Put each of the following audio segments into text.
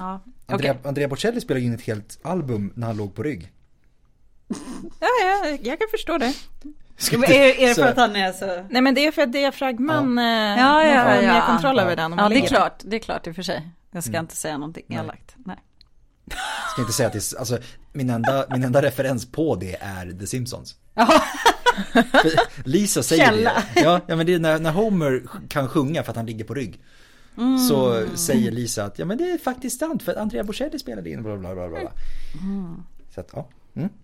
Ja. Andrea Bocelli spelade in ett helt album när han låg på rygg. Ja, jag kan förstå det. Är det för att han är så... Nej, men det är för att diafragman får mer kontroll över den. Ja, det är klart i och för sig. Jag ska inte säga någonting elakt. Nej. Jag ska inte säga att det, alltså, min enda referens på det är The Simpsons. Lisa säger det. Ja, men det är när Homer kan sjunga för att han ligger på rygg. Så säger Lisa att men det är faktiskt sant för att Andrea Bocelli spelade in bla bla bla bla. Så att ja.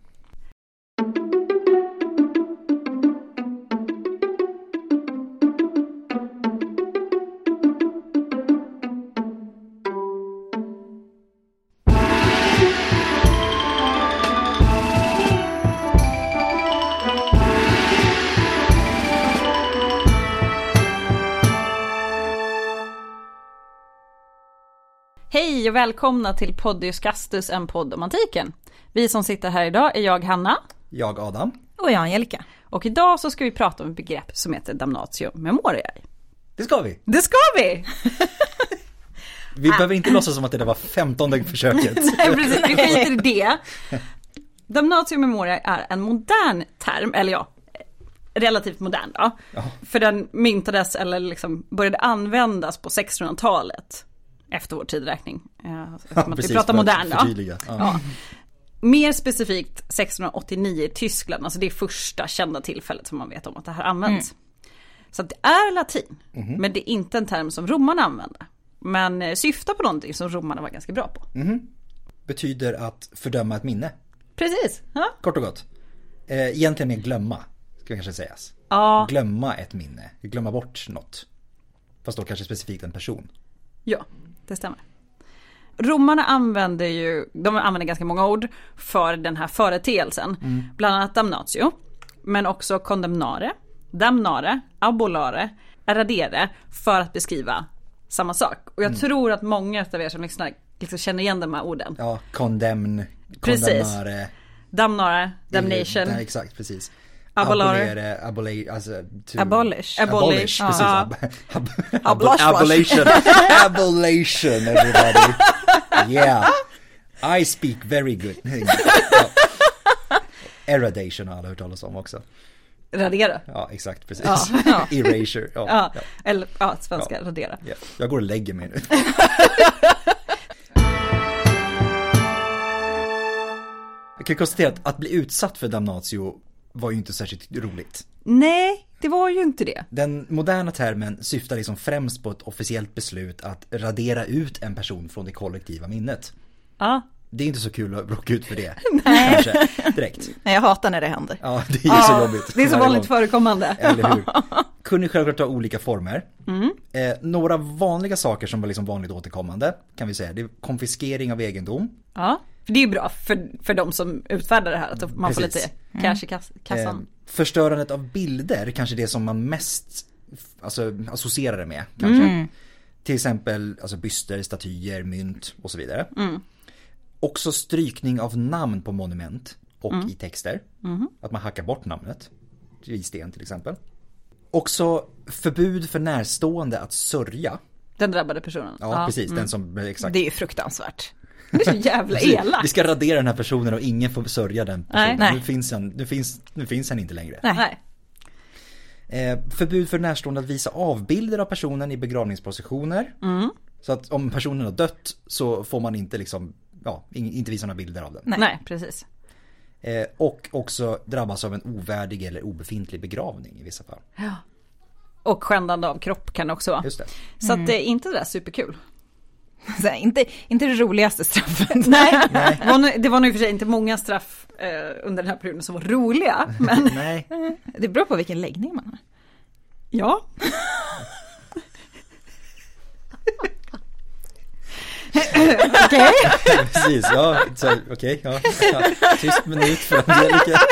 Hej och välkomna till Podius Castus, en podd om antiken. Vi som sitter här idag är jag, Hanna. Jag, Adam. Och jag, Angelica. Och idag så ska vi prata om ett begrepp som heter damnatio memoriae. Det ska vi! Vi behöver inte låtsas som att det där var 15:e försöket. Nej, precis. Vi skiter i det. Damnatio memoriae är en modern term, eller relativt modern då. För den myntades eller liksom började användas på 1600-talet. Efter vår tidräkning. Vi pratar modern då. Ja. Mer specifikt 1689 i Tyskland. Alltså det är första kända tillfället som man vet om att det här används. Så att det är latin. Men det är inte en term som romarna använde. Men syftar på någonting som romarna var ganska bra på. Betyder att fördöma ett minne. Precis. Ja. Kort och gott. Egentligen mer glömma. Ska kanske sägas. Ja. Glömma ett minne. Glömma bort något. Fast då kanske specifikt en person. Ja, det stämmer. Romarna använder ganska många ord för den här företeelsen. Bland annat damnatio, men också condemnare, damnare, abolare, radere, för att beskriva samma sak. Och jag tror att många av er som lyssnar liksom känner igen de här orden. Ja, condemnare, damnare, damnation. Nej, exakt, precis. Abolare. Abolish. Precis. Abolition. Abolition, everybody. Yeah. I speak very good. Eradation har alla hört talas om också. Radera. Ja, exakt, precis. Ja. Erasure. Eller svenska, radera. Yeah. Jag går och lägger mig nu. Jag kan konstatera att bli utsatt för damnatio var ju inte särskilt roligt. Nej, det var ju inte det. Den moderna termen syftar liksom främst på ett officiellt beslut att radera ut en person från det kollektiva minnet. Ja. Det är inte så kul att råka ut för det. Nej. Kanske, direkt. Nej, jag hatar när det händer. Ja, det är så jobbigt. Det är så vanligt förekommande. Eller hur? Kunde självklart ta olika former. Några vanliga saker som var liksom vanligt återkommande kan vi säga. Det är konfiskering av egendom. Ja, för det är ju bra för de som utfärdar det här. Att man får lite cash i kassan. Förstörandet av bilder, kanske det som man mest associerar det med. Kanske. Till exempel byster, statyer, mynt och så vidare. Också strykning av namn på monument och i texter. Att man hackar bort namnet. I sten till exempel. Också förbud för närstående att sörja. Den drabbade personen. Ja, precis. Den som, exakt. Det är ju fruktansvärt. Det är så jävla elakt. Vi ska radera den här personen och ingen får sörja den personen. Nej. Nu finns han inte längre. Nej. Förbud för närstående att visa avbilder av personen i begravningspositioner. Så att om personen har dött så får man inte inte visa några bilder av den. Nej, precis. Och också drabbas av en ovärdig eller obefintlig begravning i vissa fall. Ja. Och skändande av kropp kan också vara. Just det. Så att det är inte det där superkul. Så inte det roligaste straffet. Nej. Det var nog i och för sig inte många straff under den här perioden som var roliga. Men Nej. Det beror på vilken läggning man har. Ja. Okej. Precis, ja. Okej. Tyst minut för Angelica.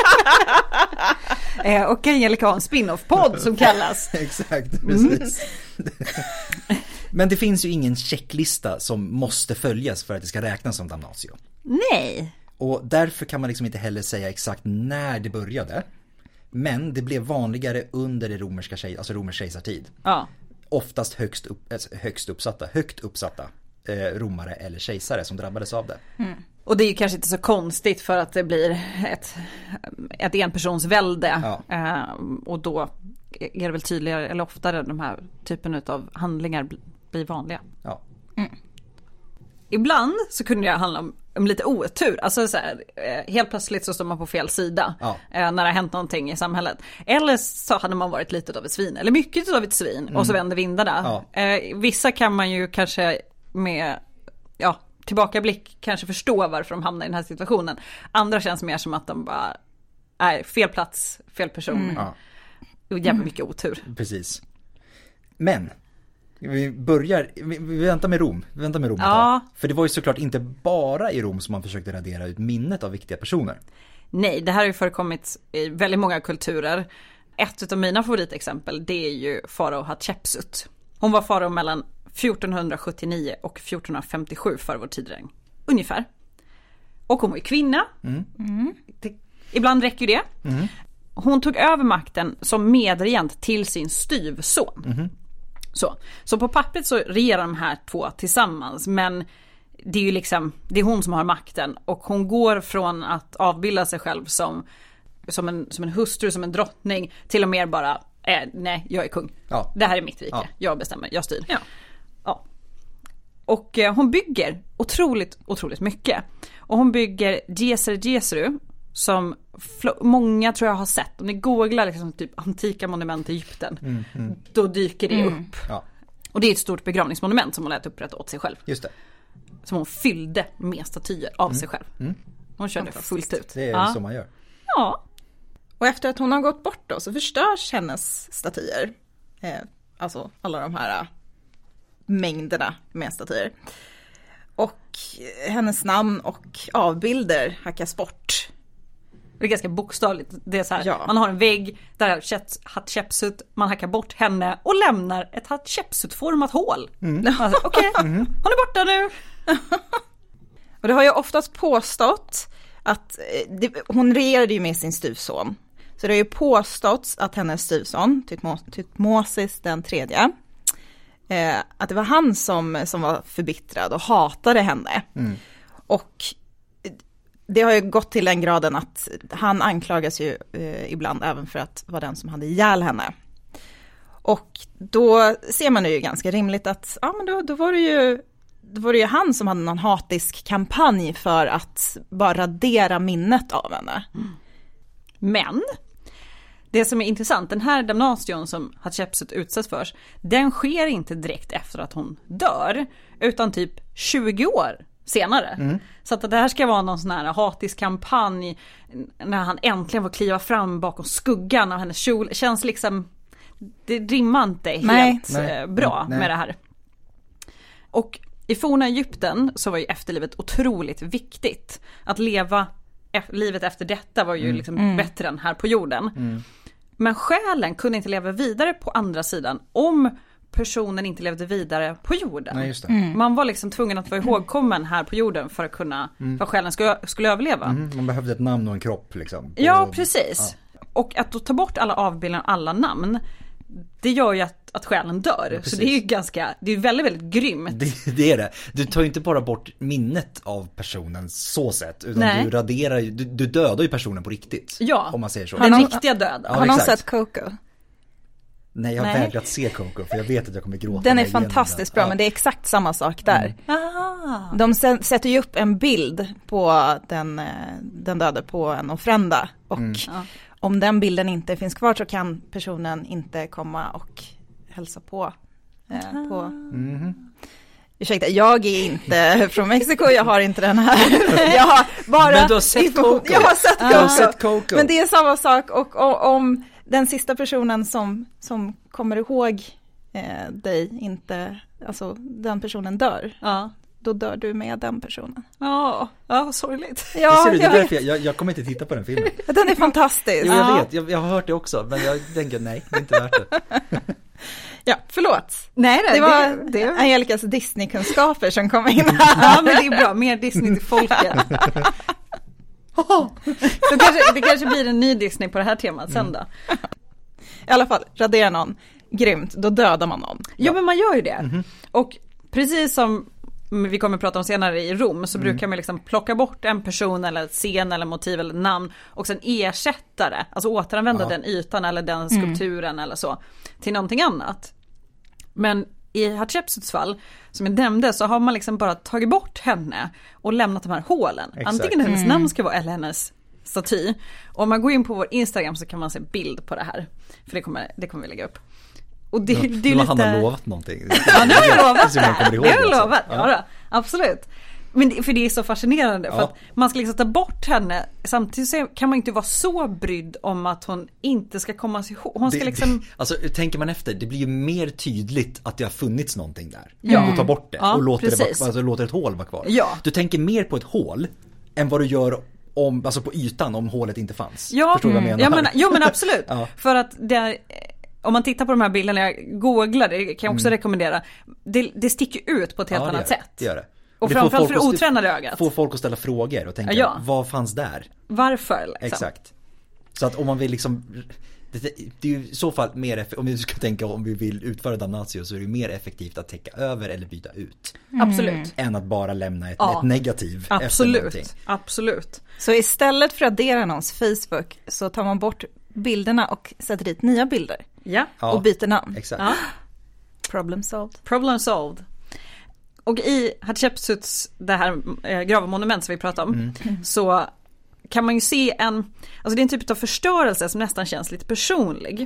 Och Angelica har en spin-off-podd som kallas. Exakt, precis. Men det finns ju ingen checklista som måste följas för att det ska räknas som damnatio. Nej. Och därför kan man liksom inte heller säga exakt när det började. Men det blev vanligare under det romersk kejsartid. Ja. Oftast högt uppsatta romare eller kejsare som drabbades av det. Och det är ju kanske inte så konstigt för att det blir ett enpersonsvälde. Och då är det väl tydligare eller oftare de här typen av handlingar blir vanliga. Ja. Ibland så kunde det handla om lite otur. Alltså så här, helt plötsligt så står man på fel sida när det har hänt någonting i samhället. Eller så hade man varit lite av ett svin. Eller mycket av ett svin. Och så vänder vindarna. Vissa kan man ju kanske med tillbakablick kanske förstå varför de hamnar i den här situationen. Andra känns mer som att de bara är fel plats, fel person. Och jävligt mycket otur. Precis. Men vi väntar med Rom. För det var ju såklart inte bara i Rom som man försökte radera ut minnet av viktiga personer. Nej, det här har ju förekommit i väldigt många kulturer. Ett av mina favoritexempel, det är ju farao Hatshepsut. Hon var farao mellan 1479 och 1457 för vår tideräkning. Ungefär. Och hon var ju kvinna. Ibland räcker ju det. Hon tog över makten som medregent till sin styvson. Så på pappret så regerar de här två tillsammans, men det är ju liksom, det är hon som har makten och hon går från att avbilda sig själv som en hustru, som en drottning, till och med bara nej, jag är kung. Det här är mitt rike. Jag bestämmer, jag styr. Och hon bygger otroligt mycket. Och hon bygger Djeser Djeseru som många tror jag har sett. Om ni googlar liksom typ antika monument i Egypten, då dyker det upp. Och det är ett stort begravningsmonument som hon lät upprätta åt sig själv. Just det. Som hon fyllde med statyer av sig själv. Hon körde fullt ut. Det är så man gör. Ja. Och efter att hon har gått bort då så förstörs hennes statyer. Alltså alla de här mängderna med statyer. Och hennes namn och avbilder hackas bort. Det är ganska bokstavligt. Det är så här, man har en vägg där Hatshepsut, man hackar bort henne och lämnar ett Hatshepsut-format hål. Alltså, okej, hon är borta nu. Och det har ju oftast påstått att hon regerade ju med sin styvson. Så det har ju påståtts att hennes styvson, Tutmosis den tredje, att det var han som var förbittrad och hatade henne. Och det har ju gått till den graden att han anklagas ju ibland även för att vara den som hade ihjäl henne. Och då ser man ju ganska rimligt att men då var det ju han som hade någon hatisk kampanj för att bara radera minnet av henne. Men det som är intressant, den här damnation som Hatshepsut utsätts för, den sker inte direkt efter att hon dör, utan typ 20 år senare. Så att det här ska vara någon sån här hatisk kampanj när han äntligen får kliva fram bakom skuggan av hennes kjol. Känns liksom, det rimmar inte helt bra med det här. Och i forna Egypten så var ju efterlivet otroligt viktigt. Att leva livet efter detta var ju liksom bättre än här på jorden. Men själen kunde inte leva vidare på andra sidan om personen inte levde vidare på jorden. Nej, just det. Man var liksom tvungen att vara ihågkommen här på jorden för att kunna, för att själen skulle överleva. Man behövde ett namn och en kropp liksom. Ja, precis. Och att då ta bort alla avbildningar och alla namn, det gör ju att själen dör. Så det är ju väldigt, väldigt grymt. Det är det. Du tar ju inte bara bort minnet av personen så sett, utan du raderar ju, du dödar ju personen på riktigt. Ja, om man säger så. Den riktiga döden. Har någon sett Coco? Nej, jag har vägrat se Coco för jag vet att jag kommer gråta. Den är fantastiskt bra, men det är exakt samma sak där. De sätter ju upp en bild på den döde på en ofrenda. Och om den bilden inte finns kvar så kan personen inte komma och hälsa på. Ursäkta, jag är inte från Mexiko, jag har inte den här. Jag har bara... Men du har sett Coco. Jag har sett Coco. Sett Coco. Men det är samma sak, och om den sista personen som kommer ihåg dig inte, alltså den personen dör, då dör du med den personen. Ja, sorgligt. Ja, det är därför jag kommer inte titta på den filmen. Den är fantastisk. Jo, jag vet, jag har hört det också, men jag tänker nej, det är inte värt det. Ja, förlåt. Nej, det var Angelicas Disney-kunskaper som kom in. Ja, men det är bra, mer Disney till folket. Det kanske blir en ny Disney på det här temat sen då. I alla fall, radera någon grymt, då dödar man någon. Ja, men man gör ju det. Och precis som vi kommer att prata om senare i Rom, så brukar man liksom plocka bort en person eller scen eller motiv eller namn och sen ersätta det, alltså återanvända den ytan eller den skulpturen eller så till någonting annat. Men i Hatshepsuts fall, som jag nämnde, så har man liksom bara tagit bort henne och lämnat de här hålen. Exakt. Antingen hennes namn ska vara eller hennes staty. Och om man går in på vår Instagram så kan man se bild på det här. För det kommer vi lägga upp. Och det är lite... Han har lovat någonting. Ja, nu har jag lovat det. Det har jag lovat, ja då, absolut. Men för det är så fascinerande, för att man ska liksom ta bort henne, samtidigt så kan man inte vara så brydd om att hon inte ska komma sig ihåg. Hon ska liksom... Alltså tänker man efter, det blir ju mer tydligt att det har funnits någonting där. Och ta bort det och låter ett hål vara kvar. Ja. Du tänker mer på ett hål än vad du gör alltså på ytan om hålet inte fanns. Ja, förstår du vad jag menar? Ja men absolut. För att om man tittar på de här bilderna, jag googlade, det kan jag också rekommendera, det sticker ut på ett helt annat sätt. Det gör det. Och framförallt för det otränade ögat. Får folk att ställa frågor och tänka, vad fanns där? Varför? Liksom? Exakt. Så att om man vill liksom, det är ju i så fall mer om vi ska tänka om vi vill utföra damnatio, så är det mer effektivt att täcka över eller byta ut. Absolut. Än att bara lämna ett negativ. Absolut. Så istället för att addera någons Facebook så tar man bort bilderna och sätter dit nya bilder. Ja. Och byter namn. Exakt. Ja. Problem solved. Och i Hatshepsuts, det här gravmonument som vi pratade om, så kan man ju se alltså det är en typ av förstörelse som nästan känns lite personlig.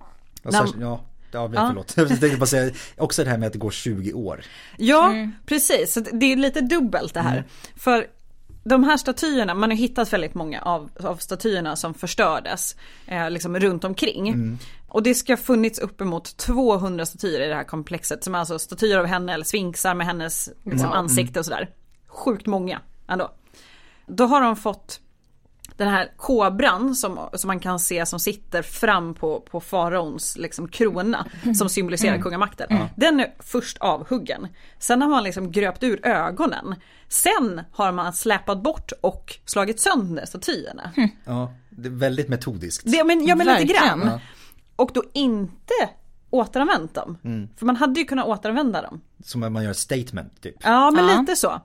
Förlåt. Jag tänkte bara säga också det här med att det går 20 år. Ja, precis. Så det är lite dubbelt det här. För de här statyerna, man har hittat väldigt många av statyerna som förstördes liksom runt omkring. Och det ska ha funnits uppemot 200 statyer i det här komplexet, som är alltså statyer av henne eller sfinxar med hennes liksom, ansikte och sådär. Sjukt många ändå. Då har de fått den här kobran som man kan se som sitter fram på faraons liksom krona som symboliserar kungamakten. Den är först avhuggen. Sen har man liksom gröpt ur ögonen. Sen har man släpat bort och slagit sönder statyerna. Ja, det är väldigt metodiskt. Men lite grann. Ja. Och då inte återanvänt dem. För man hade ju kunnat återanvända dem. Som när man gör ett statement typ. Ja, men lite så.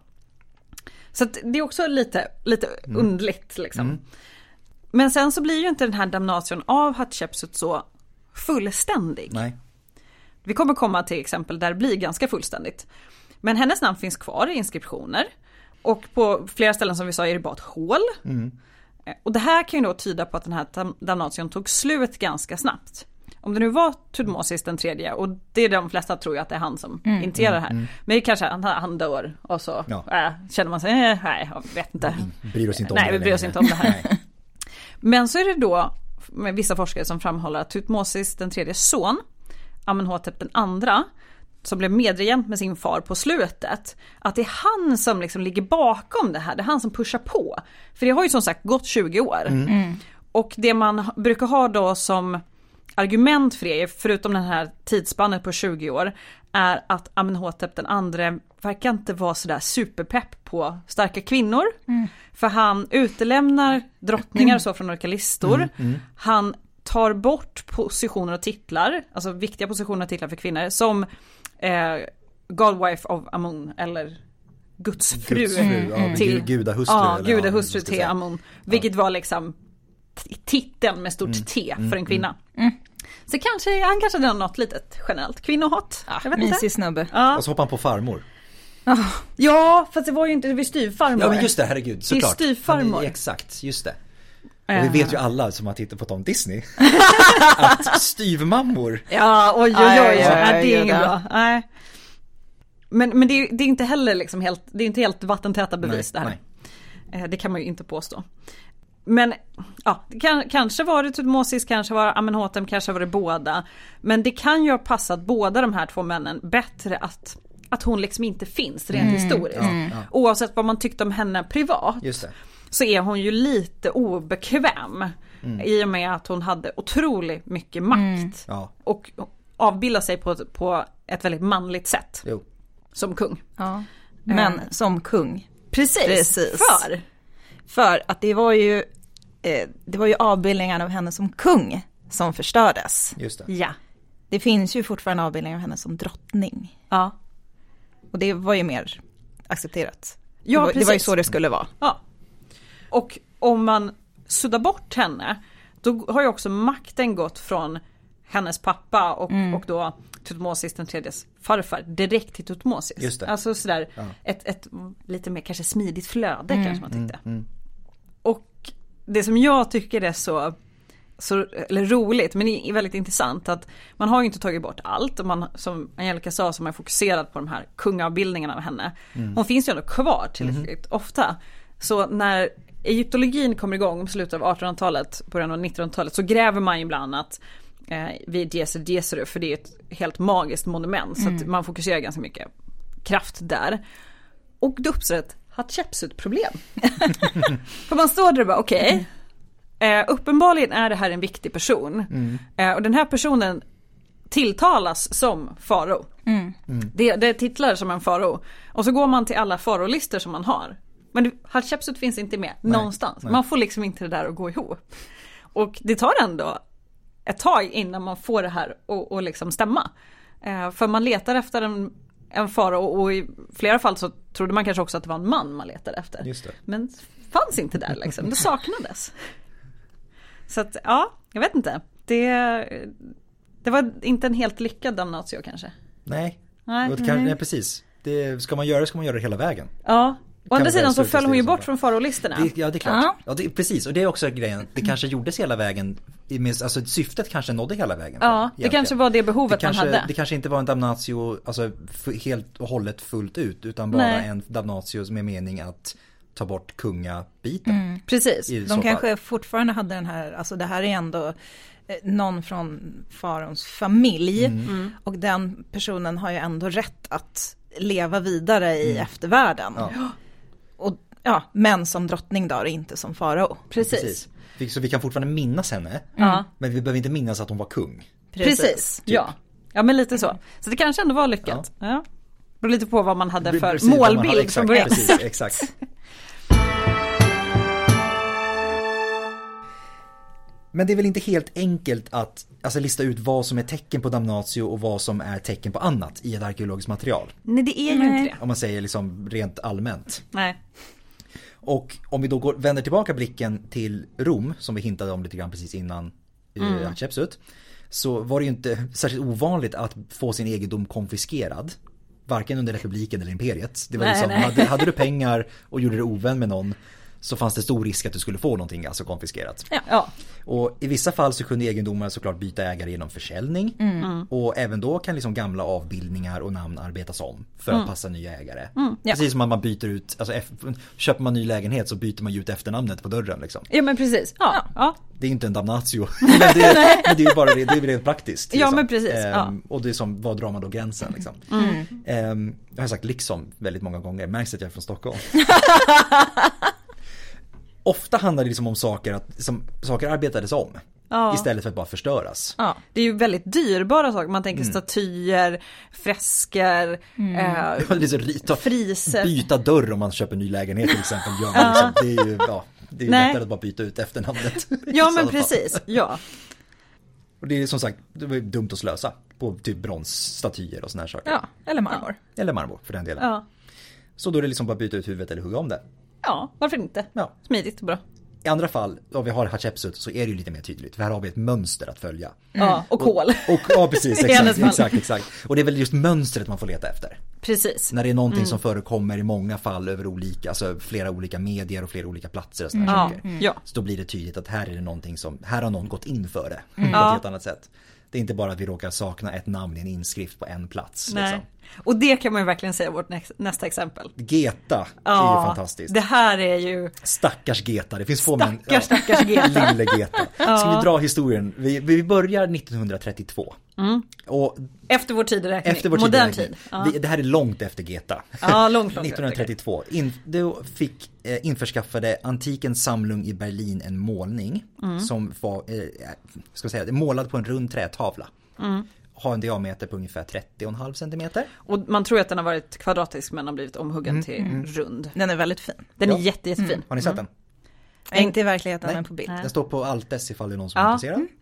Så att det är också lite undligt liksom. Men sen så blir ju inte den här damnation av Hatshepsut så fullständig. Nej. Vi kommer komma till exempel där det blir ganska fullständigt. Men hennes namn finns kvar i inskriptioner. Och på flera ställen som vi sa är det bara ett hål. Och det här kan ju då tyda på att den här damnation tog slut ganska snabbt. Om det nu var Thutmosis den tredje, och det är de flesta tror ju att det är han som initierar det här. Men det kanske han dör och så känner man sig, nej, jag vet inte. Bryr oss inte om vi bryr oss inte om det här. Men så är det då med vissa forskare som framhåller att Thutmosis den tredje son, Amenhotep den andra, som blev medregent med sin far på slutet, att det är han som liksom ligger bakom det här. Det är han som pushar på. För det har ju som sagt gått 20 år. Och det man brukar ha då som argument för det, förutom den här tidsspannet på 20 år, är att Amenhotep den andra verkar inte vara sådär superpepp på starka kvinnor. För han utelämnar drottningar och så från olika listor. Han tar bort positioner och titlar, alltså viktiga positioner och titlar för kvinnor, som Godwife of Amun eller Gudsfru till gudahustru till Amun, vilket var liksom titeln med stort T för en kvinna. Så han kanske har något litet generellt kvinnohat. Jag vet inte. Mysig snubbe. Och så hoppar han på farmor. Ja, fast det var ju inte, det var styvfarmor. Ja, men just det, herregud, såklart. Det är styvfarmor. Exakt, just det. Och vi vet ju alla som har tittat på Tom Disney att styvmammor. Ja, oj. Det är inget bra. Nej. Men det är inte heller liksom det är inte helt vattentäta bevis det här. Nej. Det kan man ju inte påstå. Men kanske var det Thutmosis, kanske var det Amenhotep, kanske var det båda. Men det kan ju ha passat båda de här två männen bättre att hon liksom inte finns rent historiskt. Oavsett vad man tyckte om henne privat. Just det. Så är hon ju lite obekväm i och med att hon hade otroligt mycket makt och avbilda sig på ett väldigt manligt sätt som kung. Ja. Men som kung. Precis. För att det var ju avbildningar av henne som kung som förstördes. Just det. Ja. Det finns ju fortfarande avbildningar av henne som drottning. Ja. Och det var ju mer accepterat. Ja, det var ju så det skulle vara. Ja. Och om man suddar bort henne, då har ju också makten gått från hennes pappa och då Tutmosis den tredjes farfar direkt till Tutmosis. Just det. Alltså sådär ett lite mer kanske smidigt flöde kanske man tyckte. Och det som jag tycker är så eller roligt, men är väldigt intressant, att man har ju inte tagit bort allt, och man, som Angelica sa, som har fokuserat på de här kungaavbildningarna av henne. Hon finns ju ändå kvar tillräckligt ofta. Så när egyptologin kommer igång i slutet av 1800-talet, början av 1900-talet, så gräver man ibland att vid Djeser, för det är ett helt magiskt monument, så att man fokuserar ganska mycket kraft där. Och då uppstår ett Hatshepsut-problem. För man står där och bara, okej. Uppenbarligen är det här en viktig person. Och den här personen tilltalas som farao. Det titlar som en farao. Och så går man till alla faraolistor som man har. Men Hatshepsut finns inte med någonstans. Nej. Man får liksom inte det där att gå ihop. Och det tar ändå ett tag innan man får det här att liksom stämma. För man letar efter en farao, och i flera fall så trodde man kanske också att det var en man man letade efter. Just det. Men fanns inte där liksom. Det saknades. Så att, ja, jag vet inte. Det var inte en helt lyckad damnatio kanske. Nej, precis. Ska man göra det hela vägen. Ja. Å andra sidan så föll hon ju bort från faraolistorna. Ja, det är klart. Ja, precis. Och det är också grejen. Det kanske gjordes hela vägen. Alltså syftet kanske nådde hela vägen. Ja, det kanske var det behovet man hade. Det kanske inte var en damnatio alltså, helt och hållet fullt ut. Utan bara en damnatio med mening att ta bort kungabiten. Precis. De kanske fortfarande hade den här, alltså det här är ändå någon från faraons familj. Och den personen har ju ändå rätt att leva vidare i eftervärlden. Ja. Och, men som drottning då, och inte som farao. Precis. Så vi kan fortfarande minnas henne. Men vi behöver inte minnas att hon var kung. Precis. Typ. Ja, men lite så. Så det kanske ändå var lyckat. Ja. Det beror lite på vad man hade för målbild från början. Precis, exakt. Men det är väl inte helt enkelt att lista ut vad som är tecken på damnatio och vad som är tecken på annat i ett arkeologiskt material. Nej, det är ju inte det. Om man säger liksom rent allmänt. Nej. Och om vi då vänder tillbaka blicken till Rom, som vi hintade om lite grann precis innan Hatshepsut, så var det ju inte särskilt ovanligt att få sin egendom konfiskerad. Varken under republiken eller imperiet. Det var liksom, hade du pengar och gjorde det ovän med någon, så fanns det stor risk att du skulle få någonting konfiskerat. Ja. Och i vissa fall så kunde egendomar såklart byta ägare genom försäljning. Och även då kan liksom gamla avbildningar och namn arbetas om för att passa nya ägare. Precis som att man byter ut, köper man ny lägenhet så byter man ut efternamnet på dörren liksom. Ja, men precis. Ja. Det är inte en damnatio. men det är ju bara det är rent praktiskt. Liksom. Ja, men precis. Och det är som, vad drar man då gränsen liksom. Jag har sagt liksom väldigt många gånger. Märks att jag är från Stockholm. Ofta handlar det liksom om saker arbetades om istället för att bara förstöras. Ja, det är ju väldigt dyrbara saker. Man tänker statyer, fresker, friser. Byta dörr om man köper ny lägenhet till exempel. Det är ju det är lättare att bara byta ut efternamnet. Ja, men precis. Ja. Och det är som sagt, det var dumt att slösa på typ bronsstatyer och såna här saker. Ja, eller marmor. Eller marmor för den delen. Ja. Så då är det liksom bara byta ut huvudet eller hugga om det. Ja, varför inte? Ja. Smidigt och bra. I andra fall, om vi har Hatshepsut, så är det ju lite mer tydligt. För här har vi ett mönster att följa. Ja, och kol. Ja, precis. Exakt. Och det är väl just mönstret man får leta efter. Precis. När det är någonting som förekommer i många fall över flera olika medier och flera olika platser och sådana saker. Ja. Så då blir det tydligt att här är det någonting här har någon gått in för det. På ett helt annat sätt. Det är inte bara att vi råkar sakna ett namn i en inskrift på en plats. Nej. Liksom. Och det kan man ju verkligen säga vårt nästa exempel. Geta är ju fantastiskt. Det här är ju... Stackars Geta. Det finns Stackars Geta. Lille Geta. Ska vi dra historien? Vi börjar 1932. Och efter vår tideräkning. Modern tid. Det här är långt efter Geta. Ja, långt 1932. Då fick införskaffade antikens samling i Berlin en målning som var målad på en rund trätavla. Har en diameter på ungefär 30,5 centimeter. Och man tror att den har varit kvadratisk men har blivit omhuggen till rund. Den är väldigt fin. Den är jättefin. Har ni sett den? Inte i verkligheten men på bild. Den står på Altes ifall det är någon som är intresserad.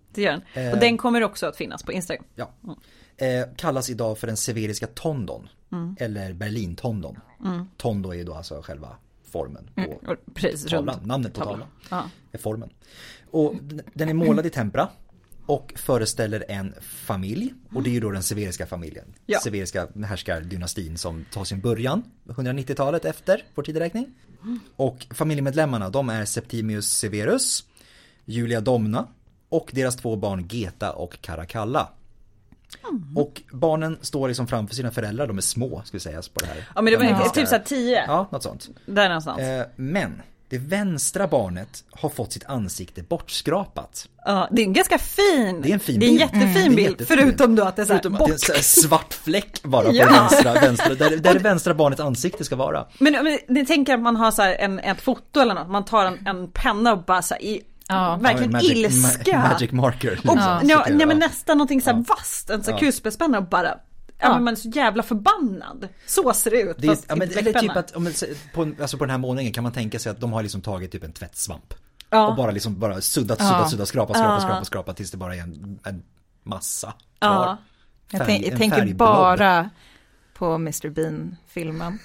det gör den. Och den kommer också att finnas på Instagram. Ja. Kallas idag för den severiska tondon. Eller Berlin-tondon. Tondo är ju då alltså själva formen på Precis, tavlan. Namnet på tavlan Ja. är formen. Och den är målad i tempera och föreställer en familj. Och det är ju då den severiska familjen. Ja. Severiska härskardynastin som tar sin början 190-talet efter vår tideräkning. Och familjemedlemmarna, de är Septimius Severus, Julia Domna och deras 2 barn Geta och Caracalla. Och barnen står liksom framför sina föräldrar, de är små ska vi säga på det här. Ja, men det var typ så här 10. Ja, något sånt. Där någonstans. Men det vänstra barnet har fått sitt ansikte bortskrapat. Ja, det är en ganska fin. Det är en fin Det är en bild. jättefin bild. Jättefin. Förutom då att det är så här Förutom att det är en så här svart fläck bara på vänstra där det vänstra barnets ansikte ska vara. Men ni tänker att man har så här ett foto eller något. Man tar en penna och bara så här verkligen ilska. Magic marker. Och, liksom. men nästan någonting så här vasst. En så här kusbespenna och bara... Ja, men man är så jävla förbannad. Så ser det ut. Det är typ att på den här målningen kan man tänka sig att de har liksom tagit typ en tvättsvamp. Och bara suddat, skrapa tills det bara är en massa kvar. Jag tänker bara på Mr. Bean-filmen.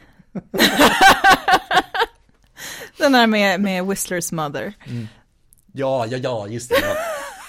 Den här med Whistlers mother. Ja, just det. Ja.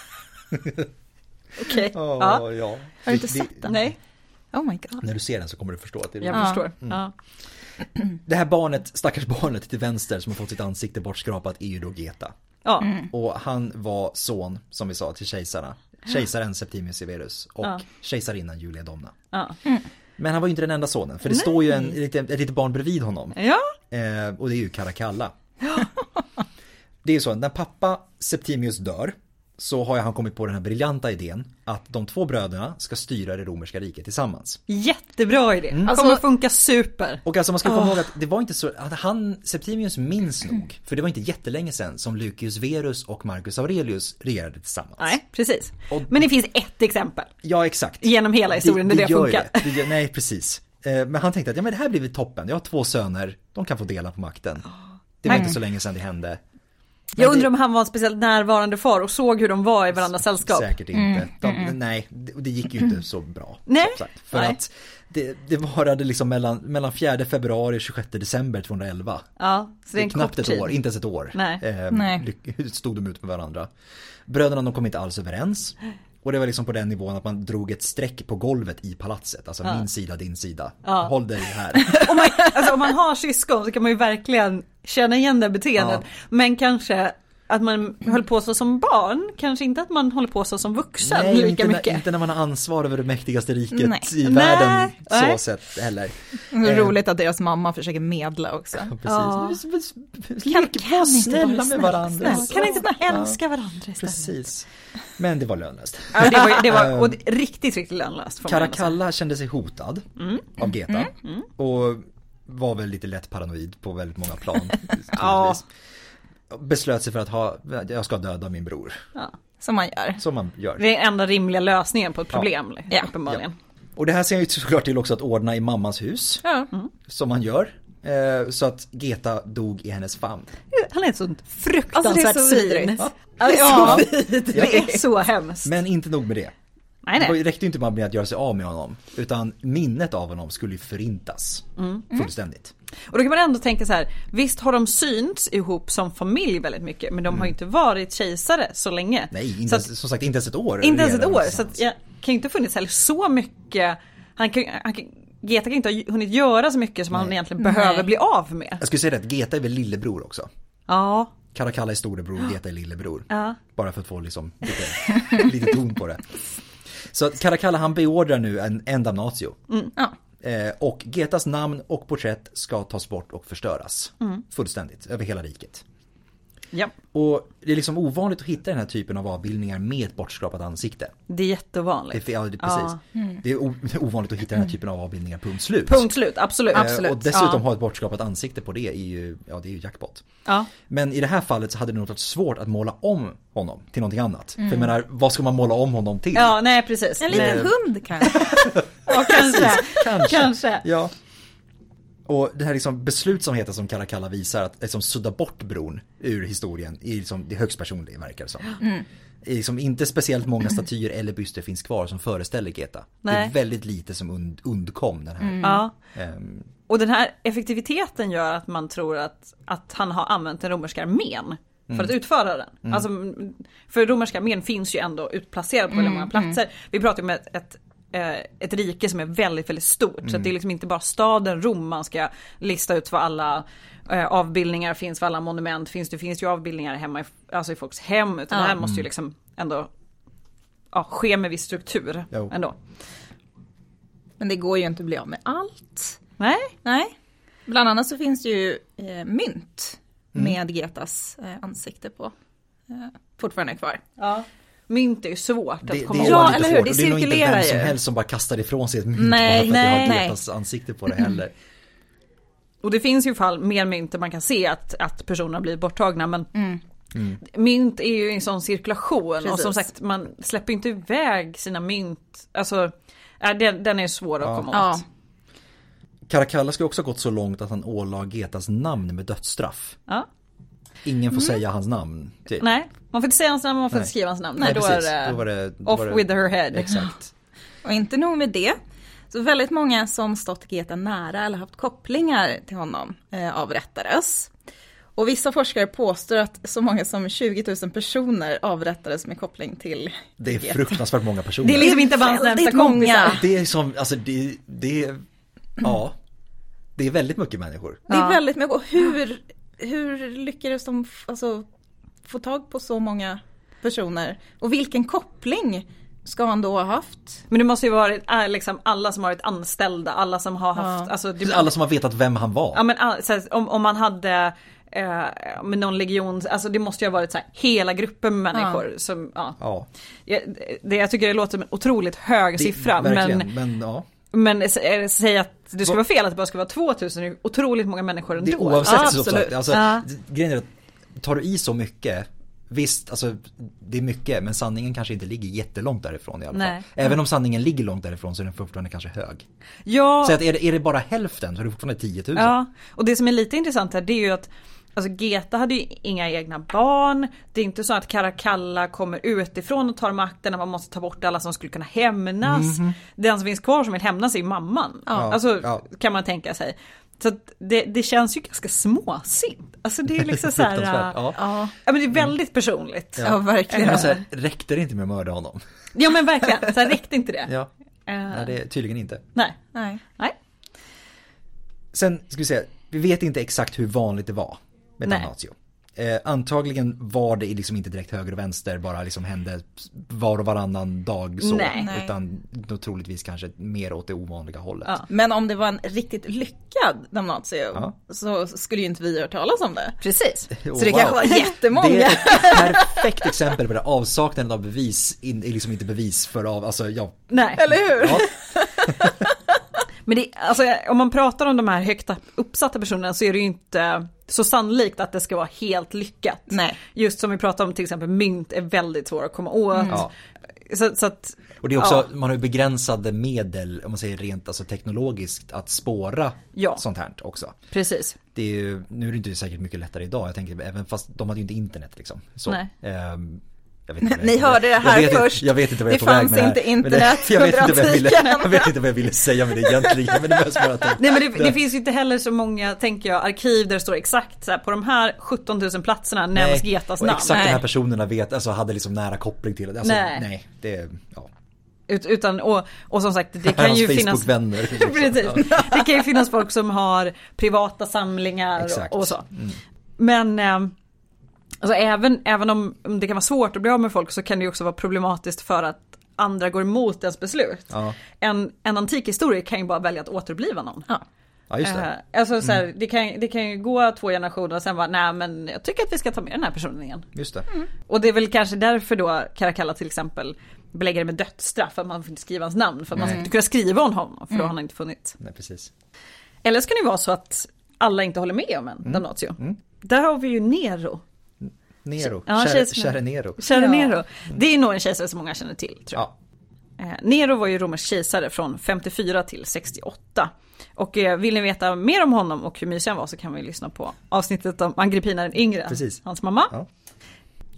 Okej. Ja. Har du inte sett den? Nej. Oh my god. När du ser den så kommer du förstå att det är Jag förstår. Ja. Det här barnet, stackars barnet till vänster som har fått sitt ansikte bortskrapat är ju då Geta. Ja. Och han var son, som vi sa, till kejsaren Septimius Severus och kejsarinnan Julia Domna. Ja. Men han var ju inte den enda sonen, för det står ju ett litet barn bredvid honom. Ja. Och det är ju Caracalla. Det är ju så, när pappa Septimius dör så har han kommit på den här briljanta idén att de 2 bröderna ska styra det romerska riket tillsammans. Jättebra idé. Kommer att funka super. Och alltså man ska komma ihåg att det var inte så att Septimius minns nog, för det var inte jättelänge sedan som Lucius Verus och Marcus Aurelius regerade tillsammans. Nej, precis. Men det finns ett exempel. Ja, exakt. Genom hela historien där det funkar. Nej, precis. Men han tänkte att det här blir väl toppen. Jag har 2 söner, de kan få dela på makten. Det var inte så länge sedan det hände. Jag undrar om han var en speciellt närvarande far och såg hur de var i varandras sällskap. Säkert inte. Nej, det gick ju inte så bra. Nej. Sagt, för att det varade liksom mellan 4 februari och 26 december 211. Ja, så det är en knappt kort tid. ett år, inte ens ett år. Nej. Stod de ut med varandra. Bröderna, de kom inte alls överens. Och det var liksom på den nivån att man drog ett streck på golvet i palatset. Alltså min sida, din sida. Håll dig här. Om man har syskon så kan man ju verkligen känna igen det beteendet. Men kanske att man höll på så som barn. Kanske inte att man håller på så som vuxen. Nej, lika mycket. Inte när man har ansvar över det mäktigaste riket i världen. Så sett heller. Det är roligt att deras mamma försöker medla också. Precis. Var snälla med varandra. Kan inte bara älska varandra istället? Precis. Men det var lönlöst. Ja, det var riktigt lönlöst. Caracalla kände sig hotad av Geta. Och var väl lite lätt paranoid på väldigt många plan. Beslöt sig för att jag ska döda min bror. Ja. Som man gör. Det är den enda rimliga lösningen på ett problem. Uppenbarligen. Ja. Och det här ser jag ju såklart till också att ordna i mammans hus. Som man gör. Så att Geta dog i hennes famn. Han är ett sånt fruktansvärt svin. Det är så hemskt. Men inte nog med det. Nej. Det räckte ju inte med att göra sig av med honom. Utan minnet av honom skulle ju förintas. Fullständigt. Och då kan man ändå tänka så här. Visst har de synts ihop som familj väldigt mycket. Men de har ju inte varit kejsare så länge. Nej, som sagt inte ens ett år. Inte ens ett år. Så att jag kan ju inte ha funnits heller så mycket. Geta kan inte ha hunnit göra så mycket som han egentligen behöver bli av med. Jag skulle säga att Geta är väl lillebror också. Ja. Caracalla är storebror, Geta är lillebror. Bara för att få liksom lite ton på det. Så att Caracalla, han beordrar nu en damnatio. Och Getas namn och porträtt ska tas bort och förstöras. Fullständigt, över hela riket. Ja. Och det är liksom ovanligt att hitta den här typen av avbildningar med ett bortskrapat ansikte. Det är jättevanligt. Precis. Det är ovanligt att hitta den här typen av avbildningar, punkt slut. Punkt slut, absolut. Och dessutom ha ett bortskrapat ansikte på det är ju, det är ju jackpot. Men i det här fallet så hade det nog varit svårt att måla om honom till någonting annat. För jag menar, vad ska man måla om honom till? Ja, nej precis. En liten hund kanske. Ja, kanske. Ja. Och det här liksom beslutsamheten som Caracalla visar att liksom sudda bort bron ur historien är liksom det högst personliga, verkar det som. liksom inte speciellt många statyer eller byster finns kvar som föreställer Geta. Nej. Det är väldigt lite som undkom den här. Ja. Och den här effektiviteten gör att man tror att han har använt den romerska armén för att utföra den. Alltså, för romerska armén finns ju ändå utplacerad på väldigt många platser. Vi pratar ju om ett rike som är väldigt, väldigt stort. Så att det är liksom inte bara staden Rom man ska lista ut vad alla avbildningar finns, vad alla monument finns. Det finns ju avbildningar hemma i folks hem. Utan det här måste ju liksom ändå ske med viss struktur ändå. Men det går ju inte att bli av med allt. Nej. Bland annat så finns det ju mynt med Getas ansikte på. Fortfarande kvar. Ja. Mynt är ju svårt att komma ihåg. Ja, eller hur? Det cirkulerar ju. Det är nog inte vem som ju. helst som bara kastar ifrån sig ett mynt bara för att det har Getas ansikte på det heller. Och det finns ju fall mer mynt där man kan se att personer har blivit borttagna, men mynt är ju en sån cirkulation. Precis. Och som sagt, man släpper inte iväg sina mynt. Alltså, den är svår att komma åt. Caracalla ska också gått så långt att han ålade Getas namn med dödsstraff. Ja. Ingen får säga hans namn. Typ. Nej, man får inte säga hans namn, man får inte skriva hans namn. Nej, då precis. Är då var det with her head. Exakt. Och inte nog med det. Så väldigt många som stått Geta nära eller haft kopplingar till honom avrättades. Och vissa forskare påstår att så många som 20 000 personer avrättades med koppling till Det är Geta. Fruktansvärt många personer. Det är liksom inte bara hans närmsta kompisar. Det är som, alltså det är det är väldigt mycket människor. Det är väldigt mycket. Och hur lyckades de få tag på så många personer? Och vilken koppling ska han då ha haft? Men det måste ju varit liksom alla som har varit anställda, alla som har haft... Alltså, alla som har vetat vem han var. Ja, men om man hade med någon legion, alltså det måste ju ha varit så här, hela grupper med människor som... Jag tycker det låter som en otroligt hög siffra. Men säg att det skulle vara fel att det bara skulle vara 2000, det är otroligt många människor ändå. Det är oavsett absolut. Alltså, grejen är att tar du i så mycket, visst, alltså det är mycket, men sanningen kanske inte ligger jättelångt därifrån i alla fall. Även om sanningen ligger långt därifrån så är den fortfarande kanske hög. Ja. Så att är det bara hälften så är det fortfarande 10 000. Ja, och det som är lite intressant här, det är ju att alltså Geta hade ju inga egna barn. Det är inte så att Caracalla kommer utifrån och tar makten, att man måste ta bort alla som skulle kunna hämnas. Den som finns kvar som vill hämnas är ju mamman. Kan man tänka sig. Så att det känns ju ganska småsint. Alltså det är liksom så här, men det är väldigt personligt. Ja, verkligen. Men så här, räckte det inte med att mörda honom? Ja, men verkligen. Så här, räckte inte det? Ja. Nej, det är tydligen inte. Nej. Sen ska vi säga, vi vet inte exakt hur vanligt det var med damnatio. Antagligen var det liksom inte direkt höger och vänster, bara liksom hände var och varannan dag så. Nej. Utan troligtvis kanske mer åt det ovanliga hållet. Ja. Men om det var en riktigt lyckad damnatio så skulle ju inte vi höra talas om det. Precis. Så det kanske var jättemånga. Det är ett perfekt exempel på det. Avsaknaden av bevis är liksom inte bevis för Nej. Eller hur? Ja. Men det, alltså, om man pratar om de här högt uppsatta personerna så är det ju inte så sannolikt att det ska vara helt lyckat. Nej. Just som vi pratar om till exempel mynt är väldigt svårt att komma åt. Så att, och det är också, man har ju begränsade medel, om man säger rent alltså teknologiskt, att spåra sånt här också. Precis. Det är ju, nu är det inte säkert mycket lättare idag, jag tänker, även fast de hade ju inte internet liksom. Så, nej. Ni hörde det här först. Jag vet inte vad jag är på väg med det här. Det fanns inte internet jag vet inte vad jag ville säga med det egentligen. Men det finns ju inte heller så många, tänker jag, arkiv där det står exakt så här, på de här 17 000 platserna nämns Getas namn. Och exakt de här personerna hade liksom nära koppling till det. Alltså, nej, det utan, och som sagt, det kan ju finnas liksom. Det kan ju finnas folk som har privata samlingar och så. Men alltså även om det kan vara svårt att bli av med folk, så kan det ju också vara problematiskt för att andra går emot ens beslut. Ja. En antik historia kan ju bara välja att återuppliva någon. Ja, just det. Alltså så här, det kan ju gå 2 generationer och sen bara, nej men jag tycker att vi ska ta med den här personen igen. Just det. Och det är väl kanske därför då Caracalla till exempel belägger det med dödsstraff, för att man får inte skriva hans namn, för att man ska inte kunna skriva om honom, för då har han inte funnits. Nej, precis. Eller ska det vara så att alla inte håller med om en damnatio. Där har vi ju Nero. Käre Nero. Nero. Det är nog en kejsare som många känner till, tror jag. Nero var ju romersk kejsare från 54 till 68. Och vill ni veta mer om honom och hur mysig han var, så kan vi lyssna på avsnittet om Agrippina den yngre, hans mamma.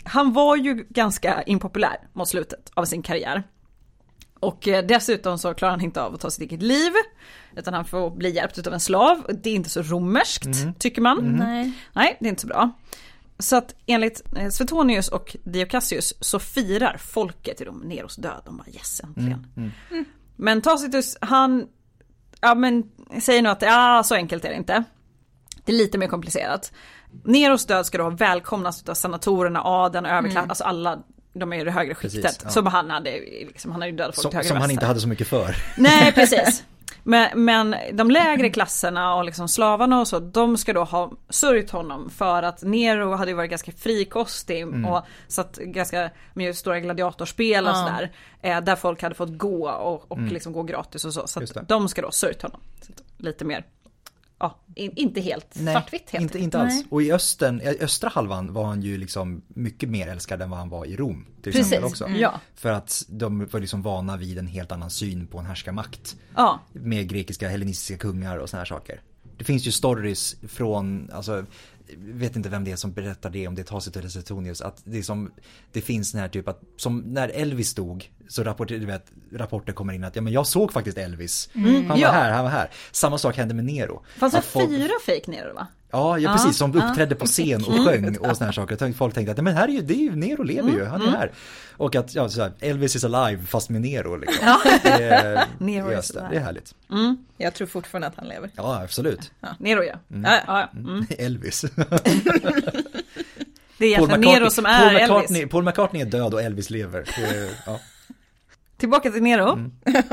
Han var ju ganska impopulär mot slutet av sin karriär. Och dessutom så klarar han inte av att ta sitt eget liv, utan han får bli hjälpt av en slav. Det är inte så romerskt, tycker man. Nej, det är inte så bra. Så att enligt Suetonius och Dio Cassius så firar folket i Rom Neros död. De bara yes, äntligen. Men Tacitus, han säger nog att så enkelt är det inte. Det är lite mer komplicerat. Neros död ska då välkomnas av senatorerna, adeln och överklass, alltså alla, de är ju det högre skiktet. Precis, ja. Som han hade ju dödat folk högre som han väster. inte hade så mycket för. Nej, precis. Men de lägre klasserna och liksom slavarna och så, de ska då ha sörjt honom för att Nero hade ju varit ganska frikostig och satt ganska med stora gladiatorspel och sådär, där folk hade fått gå och liksom gå gratis och så att de ska då sörjt honom. Lite mer, inte helt svartvitt helt. Inte alls. Nej. Och i östra halvan var han ju liksom mycket mer älskad än vad han var i Rom till exempel också. Ja. För att de var liksom vana vid en helt annan syn på en härskarmakt. Med grekiska, hellenistiska kungar och såna här saker. Det finns ju stories från, alltså, vet inte vem det är som berättar det, om det tar sig till Suetonius, att det finns den här typ att, som när Elvis dog så rapporter kommer in att jag såg faktiskt Elvis. Han var här. Samma sak hände med Nero. Fanns det 4 fake Nero, va? Ja, precis, som uppträdde på scen och sjöng och såna här saker. Folk tänkte att men här är ju Nero lever ju, han är här. Och att Elvis is alive fast med Nero liksom. Nero is alive. Det är härligt. Jag tror fortfarande att han lever. Ja, absolut. Nero, Elvis. Det är egentligen Nero som är Elvis. Paul McCartney är död och Elvis lever. Tillbaka till Nero.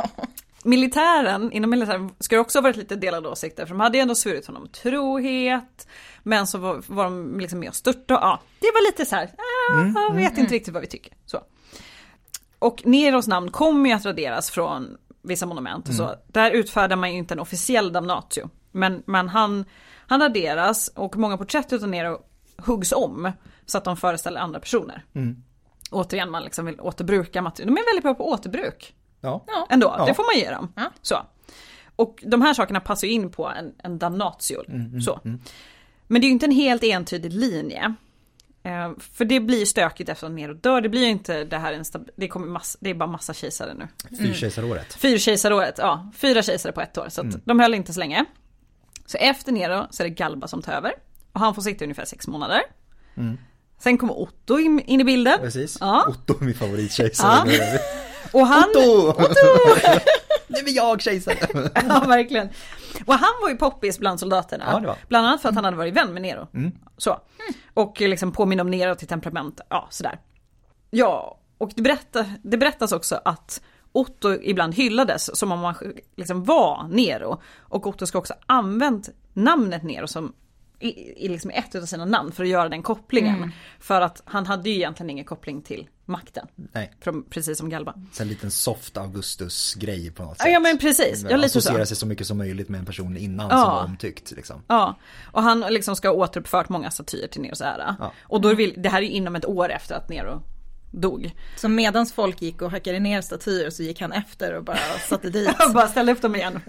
Inom militären ska det också ha varit lite delade åsikter, för de hade ju ändå svurit honom trohet, men så var de liksom med och störta. Det var lite så här, jag vet inte riktigt vad vi tycker. Så. Och Neros namn kommer ju att raderas från vissa monument och så. Där utfärdar man ju inte en officiell damnatio, men han raderas, och många porträtt av Nero huggs om så att de föreställer andra personer. Återigen, man liksom vill återbruka material. De är väldigt bra på återbruk. Ändå, det får man ge dem. Så. Och de här sakerna passar ju in på en damnatio. Men det är ju inte en helt entydig linje. För det blir stökigt efter att Nero dör. Det blir ju inte det här, det är bara massa kejsare nu. 4 kejsaråret, 4 kejsare på ett år. Så att de höll inte så länge. Så efter Nero så är det Galba som tar över. Och han får sitta ungefär 6 månader. Sen kommer Otto in i bilden. Precis. Otto är min favoritkejsare. Och han... Otto! Det är jag kejsare. Ja, verkligen. Och han var ju poppis bland soldaterna. Bland annat för att han hade varit vän med Nero. Så. Och liksom påminner om Nero till temperament. Sådär. Och det berättas också att Otto ibland hyllades som om man liksom var Nero. Och Otto ska också använt namnet Nero som i liksom ett av sina namn för att göra den kopplingen. För att han hade ju egentligen ingen koppling till makten. Nej. Precis som Galba. Så en liten soft Augustus-grej på något sätt. Ja, men precis. Jag associerar sig så mycket som möjligt med en person innan som var omtyckt. Liksom. Ja, och han liksom ska ha återuppfört många statyer till Neros ära. Och då det här är ju inom ett år efter att Nero dog. Så medans folk gick och hackade ner statyer så gick han efter och bara satte dit. Bara ställde upp dem igen.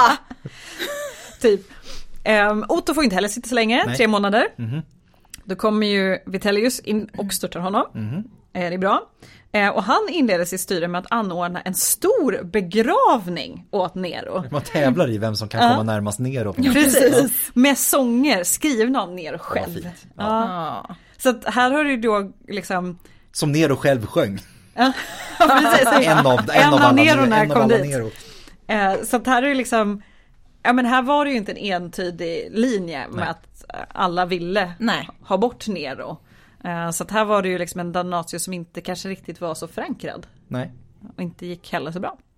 Typ. Otto får inte heller sitta så länge, 3 månader. Då kommer ju Vitellius in och störtar honom. Det är bra. Och han inleder sitt styre med att anordna en stor begravning åt Nero. Man tävlar i vem som kan komma närmast Nero. Precis, med sånger skrivna av Nero själv. Så att här har du då liksom... Som Nero själv sjöng. Precis. en av Nero kom dit. Nero. Så att här är det liksom... Ja, men här var det ju inte en entydig linje med att alla ville ha bort Nero. Så att här var det ju liksom en damnatio som inte kanske riktigt var så förankrad. Nej. Och inte gick heller så bra.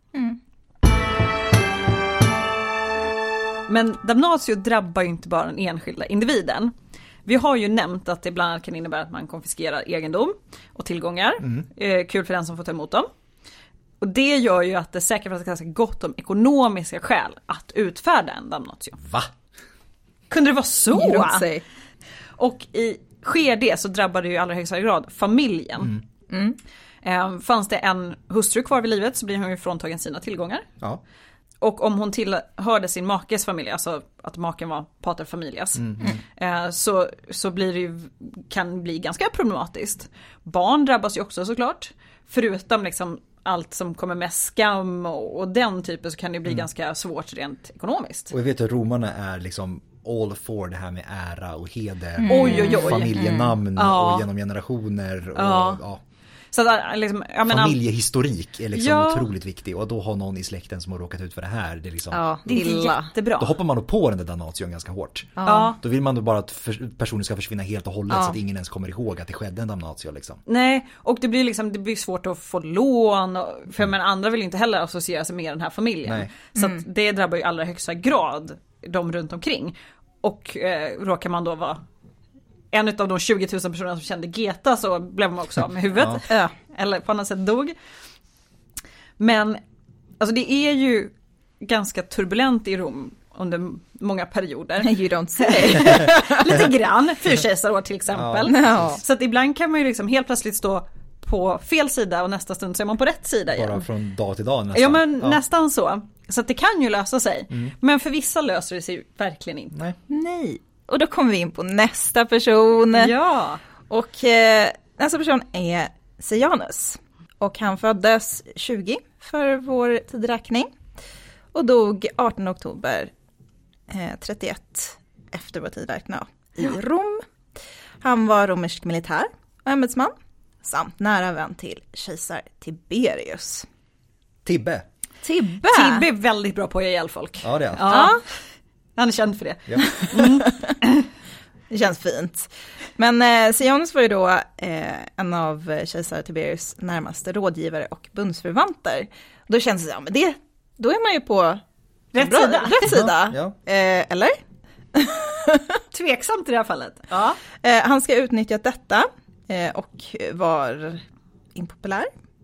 Men damnatio drabbar ju inte bara den enskilda individen. Vi har ju nämnt att det bland annat kan innebära att man konfiskerar egendom och tillgångar. Kul för den som får ta emot dem. Och det gör ju att det säkert var ganska gott om ekonomiska skäl att utfärda en damnatio. Va? Kunde det vara så? Och sker det så drabbar det ju i allra högsta grad familjen. Fanns det en hustru kvar vid livet så blir hon ju fråntagen sina tillgångar. Och om hon tillhörde sin makes familj, alltså att maken var pater familias, så blir det ju, kan bli ganska problematiskt. Barn drabbas ju också såklart, förutom liksom allt som kommer med skam och den typen, så kan det bli ganska svårt rent ekonomiskt. Och jag vet att romarna är liksom all for det här med ära och heder, familjenamn och genom generationer och Så att, liksom, familjehistorik är liksom otroligt viktig, och då har någon i släkten som har råkat ut för det här, det är liksom det är jättebra. Då hoppar man nog på den där Damnation ganska hårt. Då vill man då bara att personen ska försvinna helt och hållet, så att ingen ens kommer ihåg att det skedde en Damnation liksom. Nej, och det blir svårt att få lån, för men andra vill inte heller associera sig med den här familjen. Så att det drabbar ju i allra högsta grad de runt omkring. Och råkar man då vara en av de 20 000 personerna som kände Geta, så blev man också av med huvudet. Eller på annat sätt dog. Men alltså det är ju ganska turbulent i Rom under många perioder. You don't say. Lite grann, 4 kejsarår till exempel. Så att ibland kan man ju liksom helt plötsligt stå på fel sida och nästa stund så är man på rätt sida igen. Bara från dag till dag nästan. Ja, men nästan så. Så att det kan ju lösa sig. Men för vissa löser det sig verkligen inte. Nej. Och då kommer vi in på nästa person. Ja. Och nästa person är Sejanus. Och han föddes 20 för vår tideräkning. Och dog 18 oktober 31 efter vår tideräkning i Rom. Han var romersk militär och ämbetsman. Samt nära vän till kejsar Tiberius. Tibbe är väldigt bra på att ge ihjäl folk. Ja, det är han är känd för det. Ja. Det känns fint. Men Sejanus var ju då en av kejsar Tiberius närmaste rådgivare och bundsförvanter. Då känns det, men då är man ju på rätt sida. Ja. Eller? Tveksamt i det här fallet. Ja. Han ska utnyttja detta och var impopulär.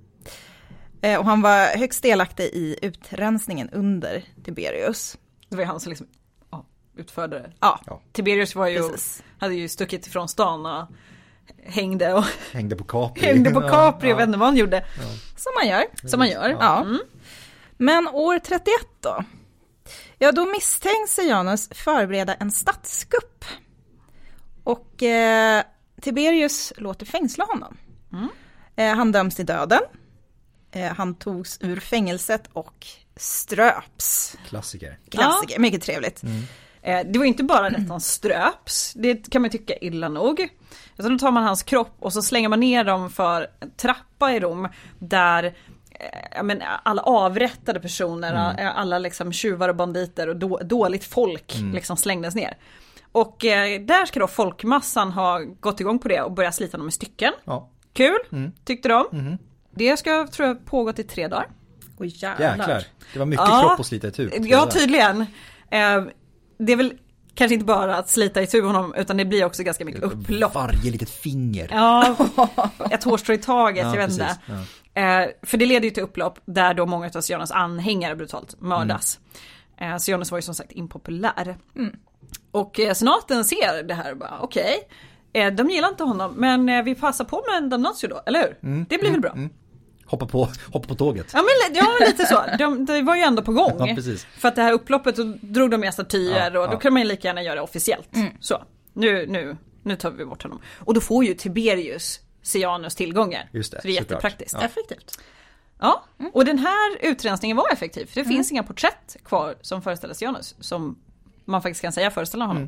Och han var högst delaktig i utrensningen under Tiberius. Det var ju han som liksom utförde det. Ja. Tiberius hade ju stuckit ifrån stan och hängde på Capri. Jag vet inte vad han gjorde. Ja. Som man gör. Ja. Men år 31 då? Ja, då misstänks Sejanus förbereda en statskupp. Och Tiberius låter fängsla honom. Han döms till döden. Han togs ur fängelset och ströps. Klassiker, mycket trevligt. Det var inte bara att han ströps, det kan man tycka illa nog. Så då tar man hans kropp och så slänger man ner dem för en trappa i Rom där alla avrättade personer, alla liksom tjuvar och banditer och dåligt folk liksom slängdes ner. Och där ska då folkmassan ha gått igång på det och börja slita dem i stycken. Ja. Kul, tyckte de. Det ska, tror jag, pågått i 3 dagar. Och jävlar. Det var mycket kropp att slita i tur. Ja, tydligen. Det är väl kanske inte bara att slita i tur honom, utan det blir också ganska mycket upplopp. Varje litet finger. Ja, ett hårstrå i taget, jag vet precis. inte. Ja. För det leder ju till upplopp där då många av Sejanus anhängare brutalt mördas. Sejanus var ju som sagt impopulär. Och senaten ser det här och bara, okej. De gillar inte honom, men vi passar på med en damnatio då, eller hur? Det blir väl bra. Hoppa på tåget. Ja, men lite så. Det var ju ändå på gång. Ja, precis. För att det här upploppet, så drog de med statyer och då kan man ju lika gärna göra det officiellt. Så, nu tar vi bort honom. Och då får ju Tiberius Sejanus tillgångar. Just det, så det är jättepraktiskt. Ja. Effektivt. Ja, och den här utrensningen var effektiv. För det finns inga porträtt kvar som föreställer Sejanus, som man faktiskt kan säga föreställer honom.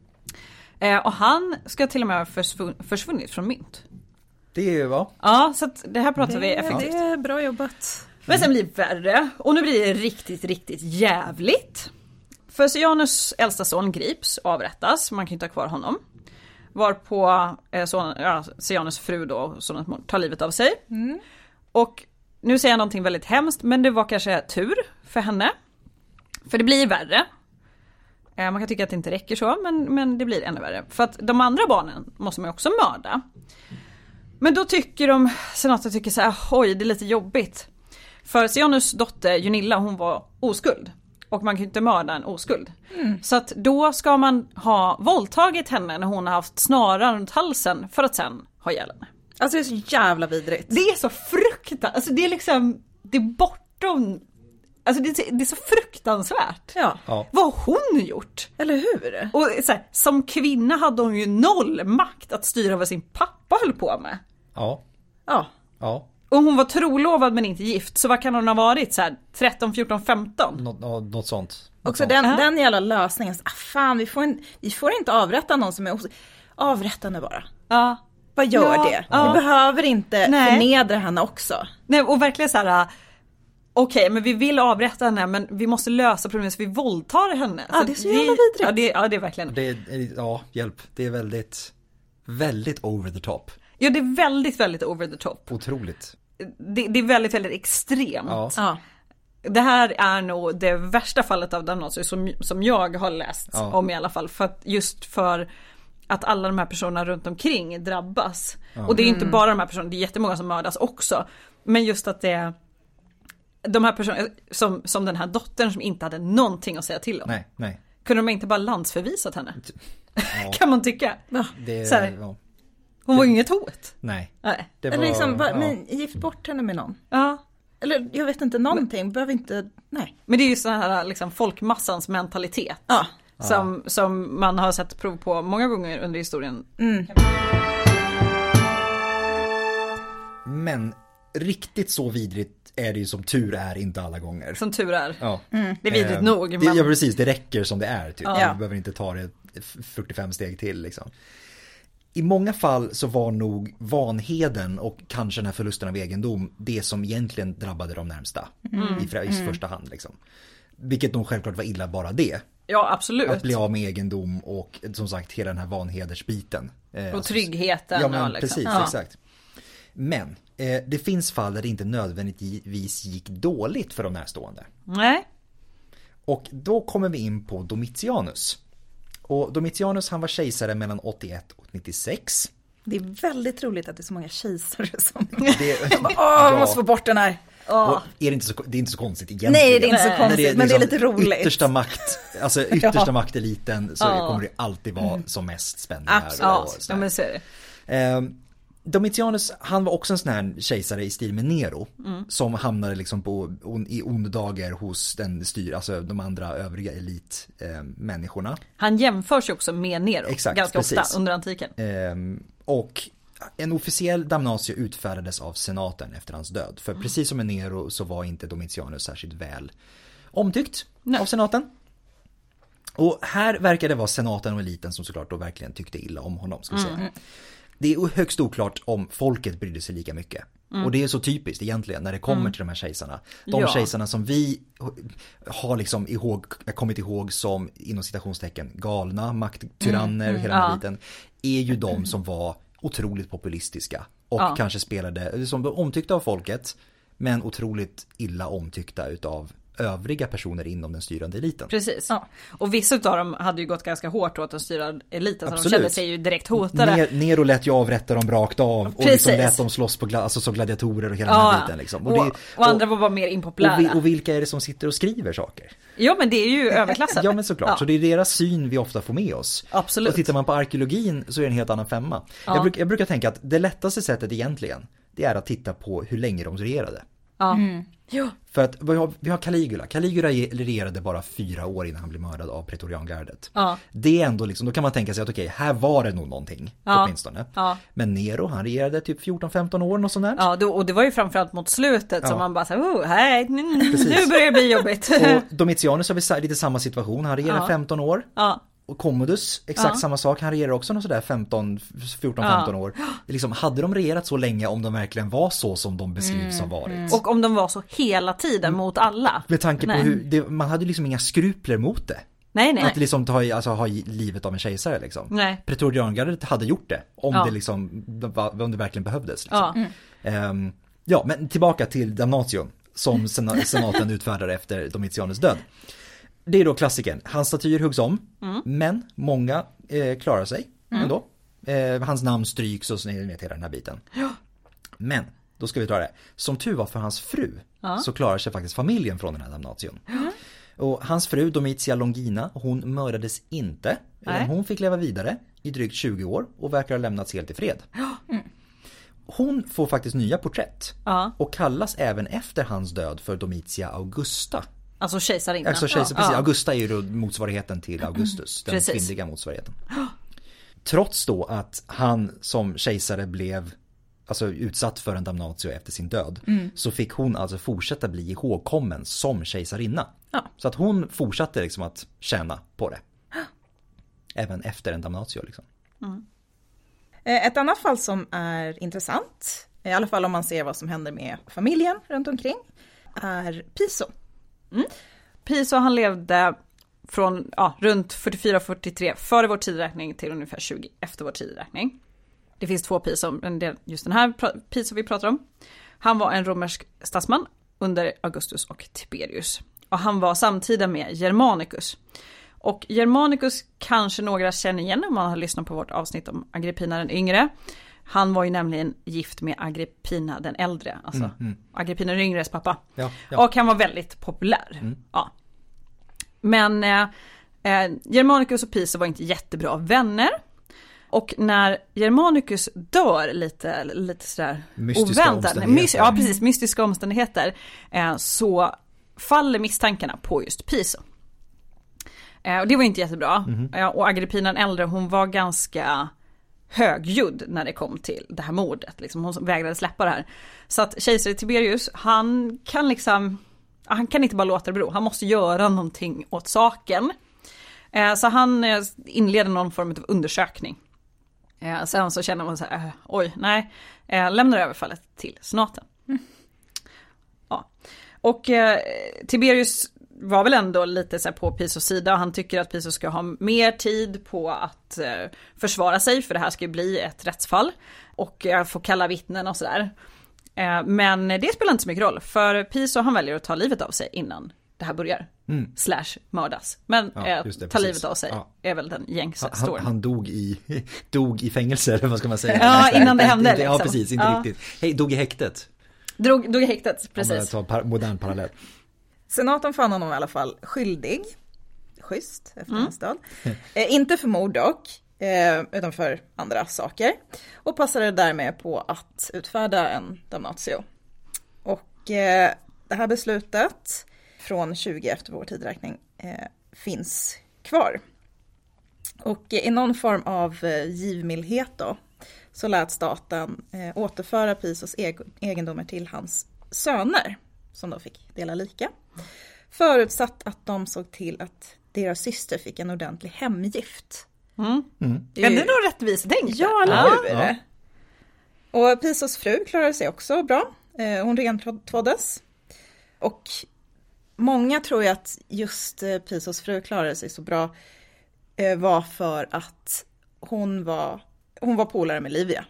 Och han ska till och med ha försvunnit från mynt. Det var. Ja, så att det här pratar vi effektivt. Det är bra jobbat. Men sen blir det värre. Och nu blir det riktigt, riktigt jävligt. För Sejanus äldsta son grips, avrättas. Man kan inte ha kvar honom. Varpå Sejanus fru då, sonen, tar livet av sig. Och nu säger jag någonting väldigt hemskt, men det var kanske tur för henne. För det blir värre. Man kan tycka att det inte räcker så, men det blir ännu värre. För att de andra barnen måste man ju också mörda. Men då tycker senaten tycker så här, oj, det är lite jobbigt. För Sejanus dotter Junilla, hon var oskuld. Och man kan ju inte mörda en oskuld. Så att då ska man ha våldtagit henne när hon har haft snaran runt halsen för att sen ha ihjäl henne. Alltså det är så jävla vidrigt. Det är så fruktansvärt. Alltså det är liksom, det är bortom Alltså det är så fruktansvärt. Ja. Vad har hon gjort? Eller hur? Och så här, som kvinna hade hon ju 0 makt att styra vad sin pappa höll på med. Ja. Ja. Ja. Och hon var trolovad men inte gift. Så vad kan hon ha varit? Så här, 13, 14, 15? Något sånt. Också den jävla lösningen. Fan, vi får inte avrätta någon som är avrätta henne bara. Ja. Vad gör det? Vi behöver inte förnedra henne också. Nej, och verkligen så här... Okej, men vi vill avrätta henne, men vi måste lösa problemet så vi våldtar henne. Ja, det är så jävla vidrigt. Ja, det är verkligen. Hjälp. Det är väldigt, väldigt over the top. Ja, det är väldigt, väldigt over the top. Otroligt. Det är väldigt, väldigt extremt. Ja. Det här är nog det värsta fallet av damnation som jag har läst om i alla fall. Just för att alla de här personerna runt omkring drabbas. Och det är inte bara de här personerna, det är jättemånga som mördas också. Men just att det är de här personerna som den här dottern som inte hade någonting att säga till om. Nej. Kunde de inte bara landsförvisat henne? Kan man tycka. Hon var ju inget hot. Nej. Det var, eller liksom, men gift bort henne med någon. Ja. Eller jag vet inte, någonting. Behöver inte, nej. Men det är ju sån här liksom folkmassans mentalitet. Ja. Som man har sett prov på många gånger under historien. Men riktigt så vidrigt är det ju som tur är inte alla gånger. Som tur är. Ja. Det är vidrigt nog. Men... Ja, precis. Det räcker som det är. Typ. Vi behöver inte ta det 45 steg till. Liksom. I många fall så var nog vanheden och kanske den här förlusten av egendom det som egentligen drabbade de närmsta i första hand. Liksom. Vilket nog självklart var illa bara det. Ja, absolut. Att bli av med egendom och som sagt hela den här vanhedersbiten. Och tryggheten. Ja, men och liksom. Precis, exakt. Men det finns fall där det inte nödvändigtvis gick dåligt för de närstående. Nej. Och då kommer vi in på Domitianus. Och Domitianus, han var kejsare mellan 81 och 96. Det är väldigt roligt att det är så många kejsare som... Jag måste få bort den här. Och är det är inte så konstigt egentligen. Nej, det är inte så konstigt, men det är lite roligt. Yttersta makteliten så kommer det alltid vara som mest spännande. Ja, men så är det. Domitianus, han var också en sån här kejsare i stil med Nero som hamnade liksom i onddagar hos de andra övriga elitmänniskorna. Han jämförs ju också med Nero ganska ofta under antiken. Och en officiell damnatio utfärdades av senaten efter hans död. För precis som med Nero så var inte Domitianus särskilt väl omtyckt av senaten. Och här verkar det vara senaten och eliten som såklart då verkligen tyckte illa om honom, ska vi säga. Det är högst oklart om folket brydde sig lika mycket. Och det är så typiskt egentligen när det kommer till de här kejsarna. Kejsarna som vi har liksom kommit ihåg som inom citationstecken galna, makttyranner, hela den här biten, är ju de som var otroligt populistiska och kanske spelade som omtyckta av folket men otroligt illa omtyckta utav övriga personer inom den styrande eliten. Precis. Ja. Och vissa av dem hade ju gått ganska hårt åt den styrande eliten. Så de kände sig ju direkt hotade. Nero lät ju avrätta dem rakt av. Och liksom lät dem slåss på som gladiatorer och hela den här biten. Liksom. Och andra var bara mer impopulära. Och vilka är det som sitter och skriver saker? Ja, men det är ju överklassen. Ja, men såklart. Ja. Så det är deras syn vi ofta får med oss. Absolut. Och tittar man på arkeologin så är det en helt annan femma. Ja. Jag brukar tänka att det lättaste sättet egentligen, det är att titta på hur länge de regerade. Ja. Ja. För att vi har Caligula. Caligula regerade bara 4 år innan han blev mördad av pretoriangardet. Ja. Det är ändå liksom, då kan man tänka sig att okej, här var det nog någonting åtminstone. Ja. Men Nero, han regerade typ 14-15 år och sånt där. Ja, och det var ju framförallt mot slutet som man bara så här, nu börjar det bli jobbigt. Och Domitianus har vi lite samma situation. Han regerade 15 år. Ja. Och Commodus, exakt samma sak. Han regerar också någon sådär 14-15 år. Liksom, hade de regerat så länge om de verkligen var så som de beskrivs ha varit? Och om de var så hela tiden mot alla? Med tanke på man hade liksom inga skrupler mot det. Nej. Att liksom ha livet av en kejsare liksom. Nej. Pretoriangardet hade gjort det om det verkligen behövdes. Liksom. Men tillbaka till damnation som senaten utfärdade efter Domitianus död. Det är då klassiken. Hans statyer huggs om, men många klarar sig ändå. Hans namn stryks och så ner till den här biten. Ja. Men, då ska vi ta det. Som tur var för hans fru så klarar sig faktiskt familjen från den här damnation. Och hans fru Domitia Longina, hon mördades inte. Hon fick leva vidare i drygt 20 år och verkar ha lämnats helt i fred. hon får faktiskt nya porträtt. Ja. Och kallas även efter hans död för Domitia Augusta. Alltså kejsarinna. Alltså precis. Augusta är ju då motsvarigheten till Augustus, den Precis. kvinnliga motsvarigheten. Trots då att han som kejsare blev utsatt för en damnatio efter sin död, så fick hon alltså fortsätta bli ihågkommen som kejsarinna. Ja. Så att hon fortsatte liksom att tjäna på det. Även efter en damnatio liksom. Ett annat fall som är intressant, i alla fall om man ser vad som händer med familjen runt omkring, är Piso. Piso, han levde från runt 44-43 före vår tidräkning till ungefär 20 efter vår tidräkning. Det finns 2 Piso, men det är just den här Piso vi pratar om. Han var en romersk statsman under Augustus och Tiberius. Och han var samtida med Germanicus. Och Germanicus kanske några känner igen om man har lyssnat på vårt avsnitt om Agrippina den yngre. Han var ju nämligen gift med Agrippina den äldre, alltså Agrippina den yngres pappa. Ja. Och han var väldigt populär. Ja. Men Germanicus och Piso var inte jättebra vänner. Och när Germanicus dör lite sådär mystiska omständigheter, så faller misstankarna på just Piso. Och det var inte jättebra. Och Agrippina den äldre, hon var ganska högljudd när det kom till det här mordet. Liksom, hon vägrade släppa det här. Så att kejsare Tiberius, han kan inte bara låta det bero. Han måste göra någonting åt saken. Så han inleder någon form av undersökning. Sen så känner man så här, lämnar överfallet till senaten. Ja. Och Tiberius var väl ändå lite så här på Pisos sida. Han tycker att Piso ska ha mer tid på att försvara sig, för det här ska ju bli ett rättsfall. Och få kalla vittnen och sådär. Men det spelar inte så mycket roll, för Piso, han väljer att ta livet av sig innan det här börjar. / mördas. Men ta livet av sig är väl den gängse storyn. Han dog i fängelse, eller vad ska man säga? Ja, innan det hände. Ja, precis, inte riktigt. Hej, dog i häktet. Dog i häktet, precis. Om man tar modern parallell. Senaten fann honom i alla fall skyldig. Schysst, efter hans död. Inte för mord dock, utan för andra saker. Och passade därmed på att utfärda en damnatio. Och det här beslutet från 20 efter vår tidräkning finns kvar. Och i någon form av givmildhet då, så lät staten återföra Pisos egendomar till hans söner, som då fick dela lika. Förutsatt att de såg till att deras syster fick en ordentlig hemgift. Det är nog rättvist tänkt. Ja, eller hur? Ja. Och Pisos fru klarade sig också bra. Hon rentvåddes. Och många tror ju att just Pisos fru klarade sig så bra var för att hon var polare med Livia.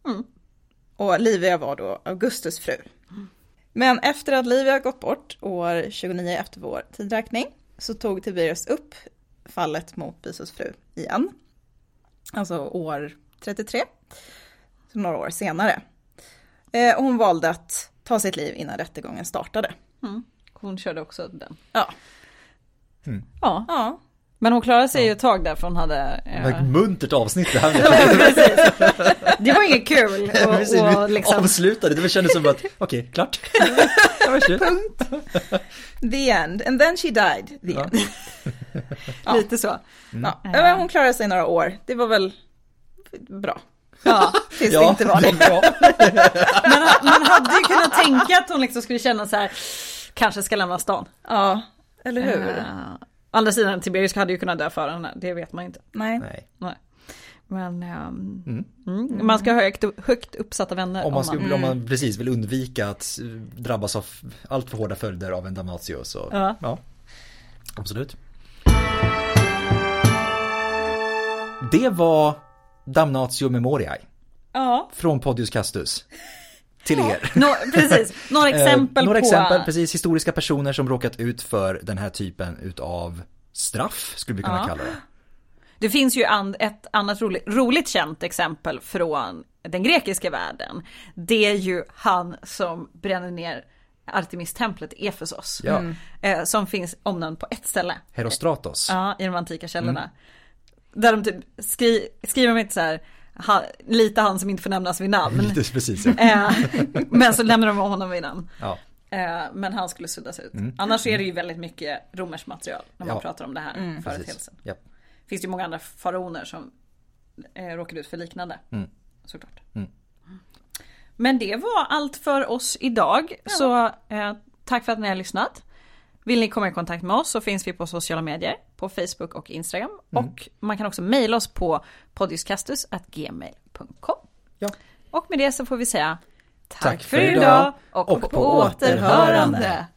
Och Livia var då Augustus fru. Men efter att Livia gått bort år 29 efter vår tidräkning, så tog Tiberius upp fallet mot Pisos fru igen. Alltså år 33, så några år senare. Hon valde att ta sitt liv innan rättegången startade. Hon körde också den. Ja. Ja. Men hon klarade sig ju ett tag där, för hon hade... Ett muntert avsnitt det här. Det var inget kul. Och liksom... Avslutade, det kändes som att, okej, klart. Punkt. The end. And then she died. The end. Lite så. Ja. Men hon klarade sig några år. Det var väl bra. Ja. Tills det inte var det. Bra. Men man hade ju kunnat tänka att hon liksom skulle känna så här, kanske ska lämna stan. Ja, eller hur? Andra sidan, Tiberius hade ju kunnat dö för henne, det vet man inte. Nej. Men man ska ha högt uppsatta vänner. Om man precis vill undvika att drabbas av allt för hårda följder av en damnatio, så ja, absolut. Det var Damnatio Memoriae. Ja. Från Podius Castus. Till er. Precis, några exempel några på... exempel, precis, historiska personer som råkat ut för den här typen utav straff, skulle vi kunna kalla det. Det finns ju ett annat roligt känt exempel från den grekiska världen. Det är ju han som bränner ner Artemis-templet i Efesos. Ja. Som finns omnämnd på ett ställe. Herostratos. Ja, i de antika källorna. Där de typ skriver med så här: lite han som inte får nämnas vid namn. Lite precis, ja. Men så lämnar de honom vid namn. Ja. Men han skulle suddas ut. Annars är det ju väldigt mycket romerskt material när man pratar om det här företeelsen. Ja. Finns det ju många andra faraoner som råkade ut för liknande. Såklart. Men det var allt för oss idag. Ja. Så tack för att ni har lyssnat. Vill ni komma i kontakt med oss så finns vi på sociala medier. På Facebook och Instagram. Och man kan också mejla oss på podiuscastus@gmail.com. Ja. Och med det så får vi säga tack för idag och på återhörande.